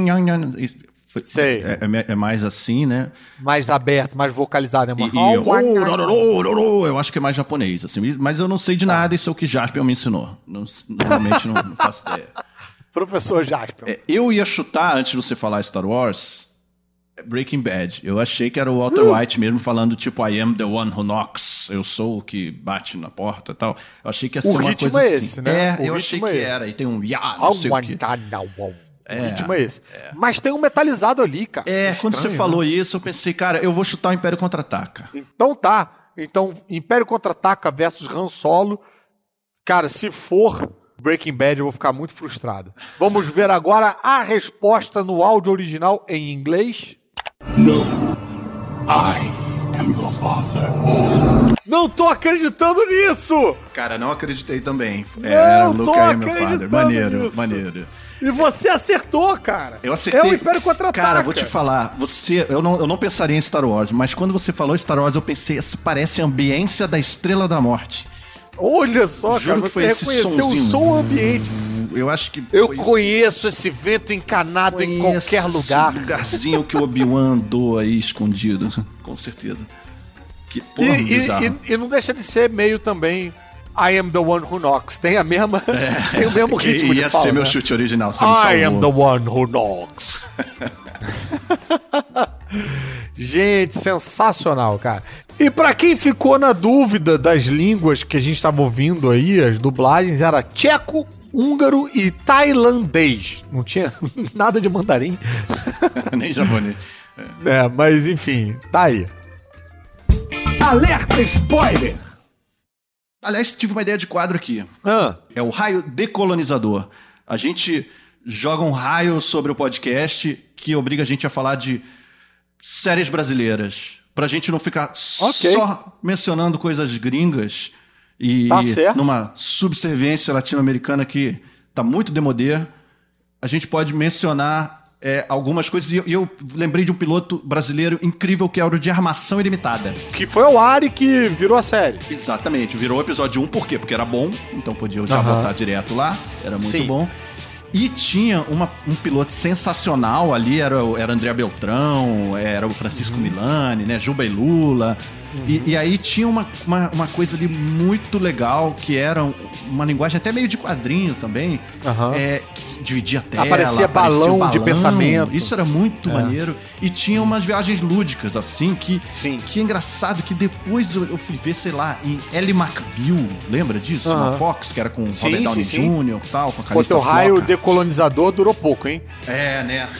Sei. É mais assim, né? Mais aberto, mais vocalizado. Eu acho que é mais japonês, assim. Mas eu não sei de nada, isso é o que Jasper me ensinou. Normalmente não faço ideia. Professor Jasper. Eu ia chutar, antes de você falar Star Wars, Breaking Bad. Eu achei que era o Walter White mesmo falando, tipo, I am the one who knocks. Eu sou o que bate na porta e tal. Eu achei que ia ser uma coisa assim. Esse, né? Eu achei que era. E tem um não sei o quê. O ritmo é esse. Mas tem um metalizado ali, cara. Quando você falou isso, eu pensei, cara, eu vou chutar o Império Contra-Ataca. Então tá. Então, Império Contra-Ataca versus Han Solo. Cara, se for Breaking Bad, eu vou ficar muito frustrado. Vamos ver agora a resposta no áudio original em inglês. No, I am your father. Não tô acreditando nisso! Cara, não acreditei também. Não tô acreditando nisso. Maneiro. E você acertou, cara. Eu acertei. É o Império Contra-Ataca. Cara, vou te falar, eu não pensaria em Star Wars, mas quando você falou Star Wars, eu pensei, parece a ambiência da Estrela da Morte. Olha só, Juro cara, que foi você esse reconheceu o sonzinho. som ambiente. Eu acho que Eu foi isso. conheço esse vento encanado em qualquer Esse lugar. lugarzinho que o Obi-Wan andou aí escondido, com certeza. Que porra bizarro. E não deixa de ser meio também I am the one who knocks. Tem a mesma, tem o mesmo ritmo de ia fala, ser meu né? chute original. Você me I am salvou. the one who knocks. Gente, sensacional, cara. E pra quem ficou na dúvida das línguas que a gente tava ouvindo aí, as dublagens era tcheco, húngaro e tailandês. Não tinha nada de mandarim. Nem japonês. É, mas enfim, tá aí. Alerta spoiler! Aliás, tive uma ideia de quadro aqui. Ah, É o raio decolonizador. A gente joga um raio sobre o podcast que obriga a gente a falar de séries brasileiras. Pra gente não ficar Ok. só mencionando coisas gringas e Tá certo. numa subserviência latino-americana que tá muito demodê. A gente pode mencionar algumas coisas. E eu lembrei de um piloto brasileiro incrível que era o de Armação Ilimitada. que foi ao ar e que virou a série. Exatamente, virou o episódio 1, por quê? Porque era bom, então podia já Aham. botar direto lá, era muito Sim. bom. E tinha um piloto sensacional ali, era André Beltrão, era o Francisco Milani, né, Juba e Lula. E aí tinha uma coisa ali muito legal, que era uma linguagem até meio de quadrinho também, Aham. que dividia a tela. Aparecia balão de pensamento. Isso era muito maneiro. E tinha umas viagens lúdicas, assim, Sim. que é engraçado que depois eu fui ver, sei lá, em Ellie McBeal, lembra disso? Aham. Na Fox, que era com Sim, Robert Downey sim, sim. Jr. e tal, com a Pô, Calista teu raio Flockhart. decolonizador durou pouco, hein? É, né?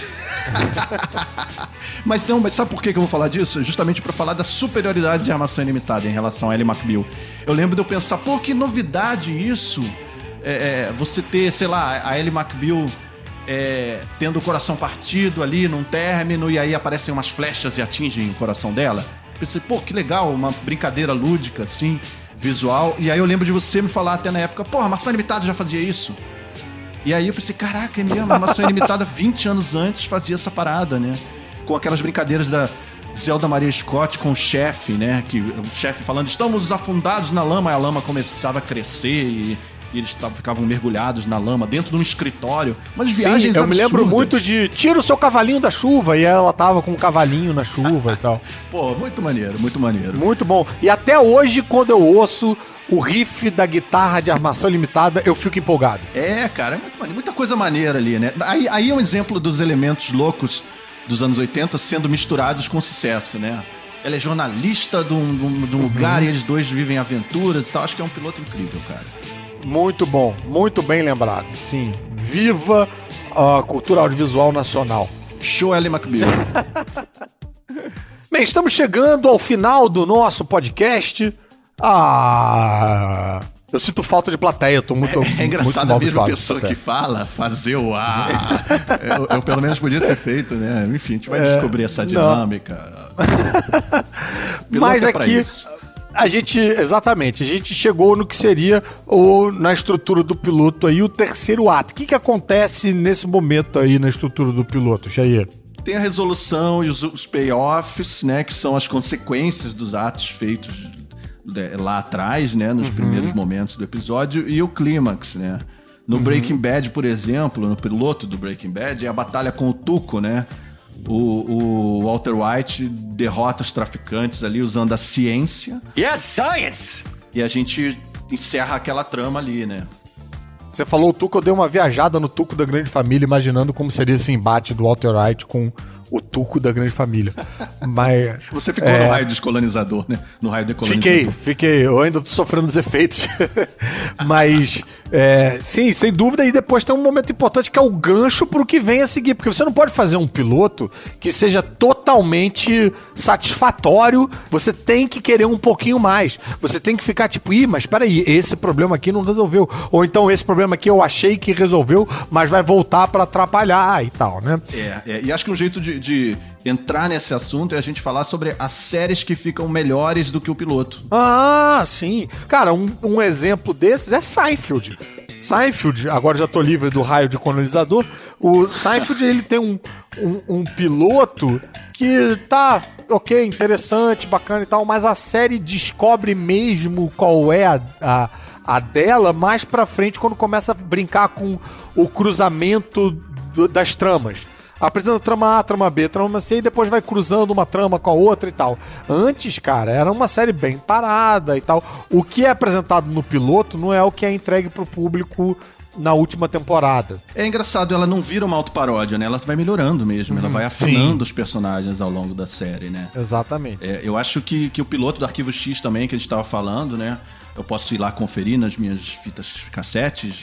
Mas sabe por que eu vou falar disso? Justamente pra falar da superioridade de Armação Ilimitada em relação a Ellie McBeal. Eu lembro de eu pensar, pô, que novidade isso. Você ter, sei lá, a Ellie McBeal tendo o coração partido ali num término e aí aparecem umas flechas e atingem o coração dela. Pensei, pô, que legal, uma brincadeira lúdica, assim, visual. E aí eu lembro de você me falar até na época, pô, Armação Ilimitada já fazia isso. E aí eu pensei, caraca, é mesmo, a Armação Ilimitada 20 anos antes fazia essa parada, né? Com aquelas brincadeiras da Zelda Maria Scott com o chefe, né? Que o chefe falando, estamos afundados na lama, e a lama começava a crescer e eles ficavam mergulhados na lama, dentro de um escritório. Mas viagens eu me lembro absurdas. muito de tira o seu cavalinho da chuva, e ela tava com um cavalinho na chuva e tal. Pô, muito maneiro, muito maneiro. Muito bom. E até hoje, quando eu ouço o riff da guitarra de Armação Ilimitada, eu fico empolgado. Cara, é muito maneiro. Muita coisa maneira ali, né? Aí é um exemplo dos elementos loucos dos anos 80 sendo misturados com sucesso, né? Ela é jornalista de um lugar e eles dois vivem aventuras e tal. Acho que é um piloto incrível, cara. Muito bom, muito bem lembrado. Sim, viva a cultura audiovisual nacional. Show Ellie McBeal. Bem, estamos chegando ao final do nosso podcast. Eu sinto falta de plateia, eu tô muito É engraçado muito a mesma mal pessoa habituado que fala, fazer o eu pelo menos podia ter feito, né? Enfim, a gente vai descobrir essa dinâmica. Mas Piloto é pra aqui isso. a gente chegou no que seria na estrutura do piloto aí, o terceiro ato. O que acontece nesse momento aí na estrutura do piloto, Jair? Tem a resolução e os payoffs, né? Que são as consequências dos atos feitos lá atrás, né? Nos primeiros momentos do episódio. E o clímax, né? No Breaking Bad, por exemplo, no piloto do Breaking Bad, é a batalha com o Tuco, né? O Walter White derrota os traficantes ali usando a ciência. Yes, science! E a gente encerra aquela trama ali, né? Você falou o Tuco, eu dei uma viajada no Tuco da Grande Família, imaginando como seria esse embate do Walter White com o Tuco da Grande Família. Mas Você ficou no raio descolonizador, né? No raio decolonizador. Fiquei. Eu ainda tô sofrendo os efeitos. Mas, sim, sem dúvida. E depois tem um momento importante que é o gancho pro que vem a seguir. Porque você não pode fazer um piloto que seja totalmente satisfatório. Você tem que querer um pouquinho mais. Você tem que ficar tipo, mas peraí, esse problema aqui não resolveu. Ou então esse problema aqui eu achei que resolveu, mas vai voltar pra atrapalhar e tal, né? E acho que um jeito de entrar nesse assunto é a gente falar sobre as séries que ficam melhores do que o piloto. Ah, sim. Cara, um exemplo desses é Seinfeld. Seinfeld, agora já tô livre do raio de colonizador. O Seinfeld, ele tem um piloto que tá ok, interessante, bacana e tal, mas a série descobre mesmo qual é a dela mais pra frente, quando começa a brincar com o cruzamento das tramas. Apresenta trama A, trama B, trama C, e depois vai cruzando uma trama com a outra e tal. Antes, cara, era uma série bem parada e tal. O que é apresentado no piloto não é o que é entregue pro público na última temporada. É engraçado, ela não vira uma autoparódia, né? Ela vai melhorando mesmo, ela vai afinando os personagens ao longo da série, né? Exatamente. Eu acho que o piloto do Arquivo X também, que a gente tava falando, né? Eu posso ir lá conferir nas minhas fitas cassetes.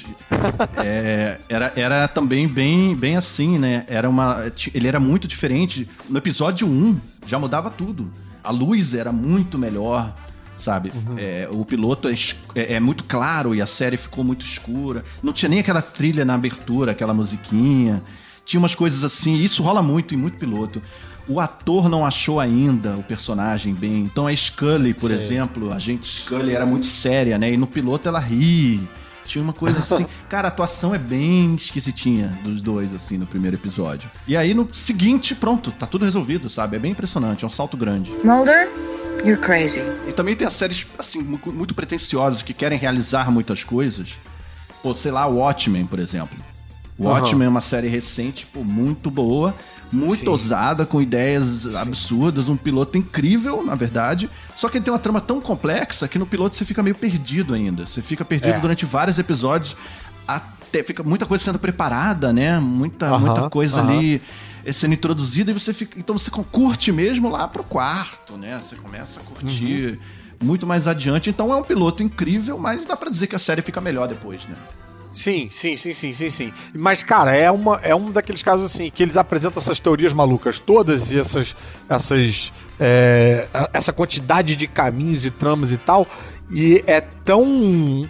Era também bem assim, né? Ele era muito diferente. No episódio 1, já mudava tudo. A luz era muito melhor, sabe? O piloto é muito claro e a série ficou muito escura. Não tinha nem aquela trilha na abertura, aquela musiquinha. Tinha umas coisas assim. Isso rola muito em muito piloto. O ator não achou ainda o personagem bem. Então a Scully, por exemplo, a gente Scully era muito séria, né? E no piloto ela ri. Tinha uma coisa assim... Cara, a atuação é bem esquisitinha dos dois, assim, no primeiro episódio. E aí, no seguinte, pronto, tá tudo resolvido, sabe? É bem impressionante, é um salto grande. Mulder, you're crazy. E também tem as séries, assim, muito pretenciosas, que querem realizar muitas coisas. Pô, sei lá, Watchmen, por exemplo. Watchmen é uma série recente, pô, muito boa, muito ousada, com ideias absurdas, um piloto incrível, na verdade, só que ele tem uma trama tão complexa que no piloto você fica meio perdido ainda. Você fica perdido durante vários episódios, até fica muita coisa sendo preparada, né? Muita coisa ali sendo introduzida, e você fica. Então você curte mesmo lá pro quarto, né? Você começa a curtir muito mais adiante. Então é um piloto incrível, mas dá pra dizer que a série fica melhor depois, né? Sim. Mas, cara, é um daqueles casos assim, que eles apresentam essas teorias malucas todas e essa quantidade de caminhos e tramas e tal, e é tão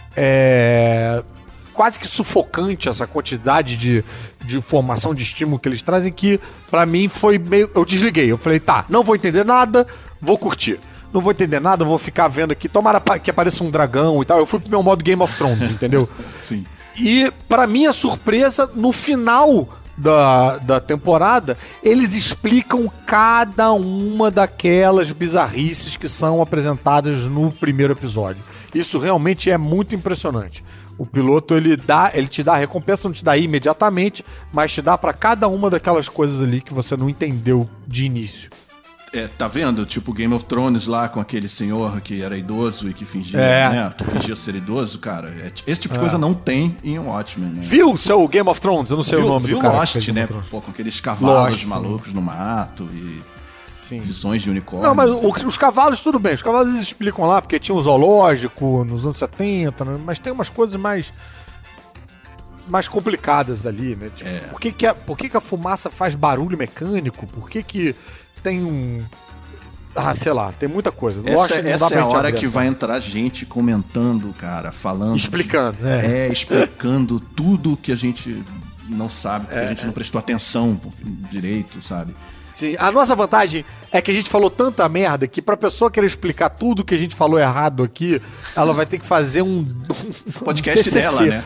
quase que sufocante essa quantidade de informação, de estímulo que eles trazem, que pra mim foi meio... Eu desliguei, eu falei, tá, não vou entender nada, vou curtir. Não vou entender nada, vou ficar vendo aqui. Tomara que apareça um dragão e tal. Eu fui pro meu modo Game of Thrones, entendeu? Sim. E, pra minha surpresa, no final da temporada, eles explicam cada uma daquelas bizarrices que são apresentadas no primeiro episódio. Isso realmente é muito impressionante. O piloto, ele te dá a recompensa, não te dá imediatamente, mas te dá pra cada uma daquelas coisas ali que você não entendeu de início. Tá vendo? Tipo Game of Thrones lá com aquele senhor que era idoso e que fingia, né? Tu fingia ser idoso, cara. Esse tipo de coisa não tem em Watchmen, né? Viu seu Game of Thrones? Eu não sei o nome do cara. Lost, né? Pô, com aqueles cavalos malucos no mato e visões de unicórnio. Não, mas os cavalos, tudo bem. Os cavalos eles explicam lá, porque tinha um zoológico nos anos 70, né? Mas tem umas coisas mais complicadas ali, né? Tipo, por que a fumaça faz barulho mecânico? Por que tem um... sei lá, tem muita coisa. Essa é a hora que vai entrar gente comentando, cara, falando... Explicando, explicando tudo que a gente não sabe, porque a gente não prestou atenção direito, sabe? Sim, a nossa vantagem é que a gente falou tanta merda que pra pessoa querer explicar tudo que a gente falou errado aqui, ela vai ter que fazer um podcast dela, né?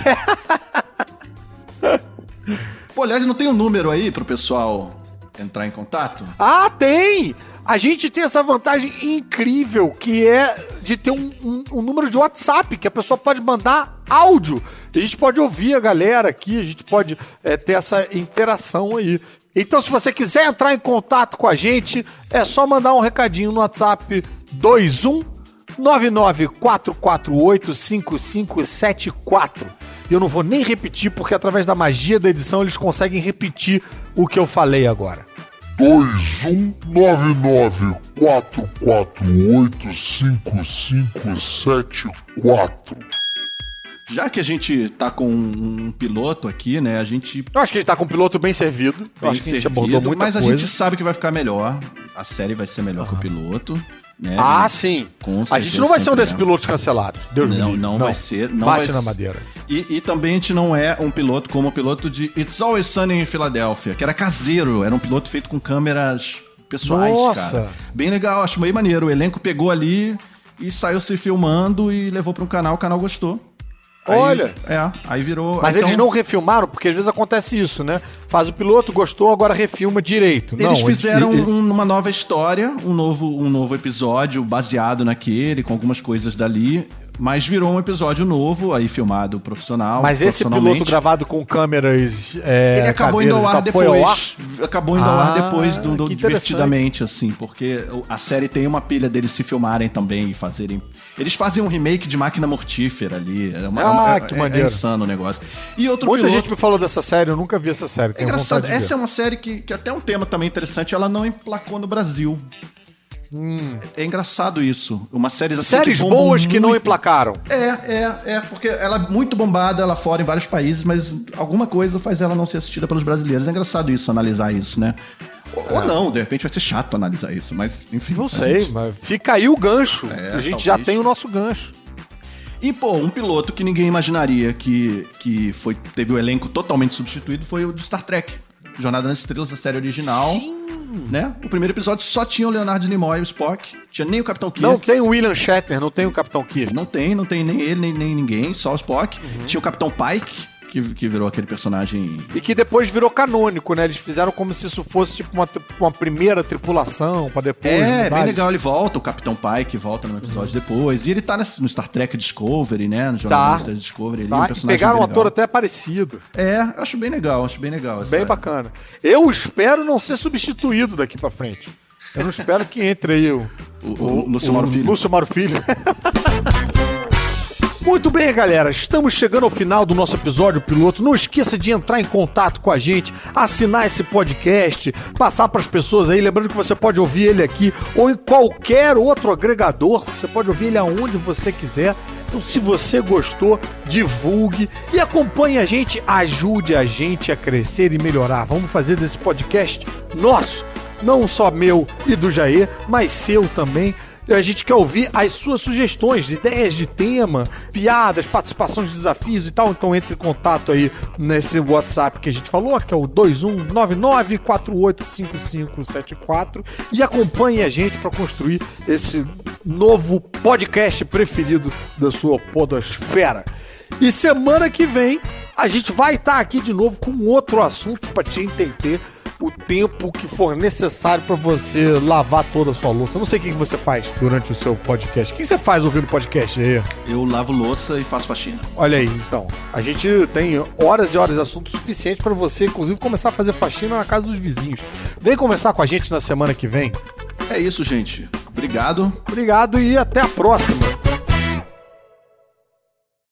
Pô, aliás, não tem um número aí pro pessoal entrar em contato? Ah, tem! A gente tem essa vantagem incrível, que é de ter um número de WhatsApp, que a pessoa pode mandar áudio. A gente pode ouvir a galera aqui, a gente pode ter essa interação aí. Então, se você quiser entrar em contato com a gente, é só mandar um recadinho no WhatsApp 21994485574. E eu não vou nem repetir, porque através da magia da edição eles conseguem repetir o que eu falei agora. 21994485574. Já que a gente tá com um piloto aqui, né, a gente... Eu acho que a gente tá com um piloto bem servido. Eu acho que a gente abordou muita coisa. Mas a gente sabe que vai ficar melhor. A série vai ser melhor que o piloto. Né? Sim. A gente não vai ser um desses pilotos cancelados. Deus não vai ser. Não bate na madeira. E também a gente não é um piloto como o piloto de It's Always Sunny em Filadélfia, que era caseiro. Era um piloto feito com câmeras pessoais, cara. Bem legal, acho meio maneiro. O elenco pegou ali e saiu se filmando e levou para um canal. O canal gostou. Olha! Aí virou... Mas eles não refilmaram, porque às vezes acontece isso, né? Faz o piloto, gostou, agora refilma direito. Eles fizeram uma nova história, um novo episódio baseado naquele, com algumas coisas dali. Mas virou um episódio novo, aí filmado profissional. Mas esse piloto gravado com câmeras ele acabou indo ao ar depois. Acabou indo ao ar depois do Divertidamente, assim, porque a série tem uma pilha deles se filmarem também e fazerem... Eles fazem um remake de Máquina Mortífera ali. Que maneiro. É insano o negócio. E outro Muita piloto... gente me falou dessa série, eu nunca vi essa série. É engraçado, essa é uma série que até um tema também interessante, ela não emplacou no Brasil. É engraçado isso. Uma série assim, séries boas que não emplacaram. Porque ela é muito bombada lá fora em vários países, mas alguma coisa faz ela não ser assistida pelos brasileiros. É engraçado isso, analisar isso, né? Ou não, de repente vai ser chato analisar isso, mas enfim. Não sei, mas fica aí o gancho. A gente já tem o nosso gancho. E, pô, um piloto que ninguém imaginaria que teve o elenco totalmente substituído foi o de Star Trek. Jornada nas Estrelas, a série original. Sim. Né? O primeiro episódio só tinha o Leonard Nimoy e o Spock. Tinha nem o Capitão Kirk. Não tem o William Shatner, não tem o Capitão Kirk. Não tem nem ele, nem ninguém, só o Spock. Tinha o Capitão Pike, que virou aquele personagem... E que depois virou canônico, né? Eles fizeram como se isso fosse tipo uma primeira tripulação pra depois... bem legal, ele volta, o Capitão Pike volta no episódio depois. E ele tá no Star Trek Discovery, né? No jornalista Discovery. Ele é um personagem pegaram um ator até parecido. Eu acho bem legal, Bem bacana. Eu espero não ser substituído daqui pra frente. Eu não espero que entre aí o Lúcio Mauro Filho. Lúcio Mauro Filho. Muito bem, galera, estamos chegando ao final do nosso episódio piloto. Não esqueça de entrar em contato com a gente, assinar esse podcast, passar para as pessoas aí, lembrando que você pode ouvir ele aqui ou em qualquer outro agregador, você pode ouvir ele aonde você quiser. Então, se você gostou, divulgue e acompanhe a gente, ajude a gente a crescer e melhorar. Vamos fazer desse podcast nosso, não só meu e do Jair, mas seu também. A gente quer ouvir as suas sugestões, ideias de tema, piadas, participações de desafios e tal. Então entre em contato aí nesse WhatsApp que a gente falou, que é o 2199485574, e acompanhe a gente para construir esse novo podcast preferido da sua podosfera. E semana que vem a gente vai estar aqui de novo com outro assunto para te entender o tempo que for necessário pra você lavar toda a sua louça. Eu não sei o que você faz durante o seu podcast. O que você faz ouvindo podcast aí? Eu lavo louça e faço faxina. Olha aí, então. A gente tem horas e horas de assunto suficiente pra você, inclusive, começar a fazer faxina na casa dos vizinhos. Vem conversar com a gente na semana que vem. É isso, gente. Obrigado. Obrigado e até a próxima.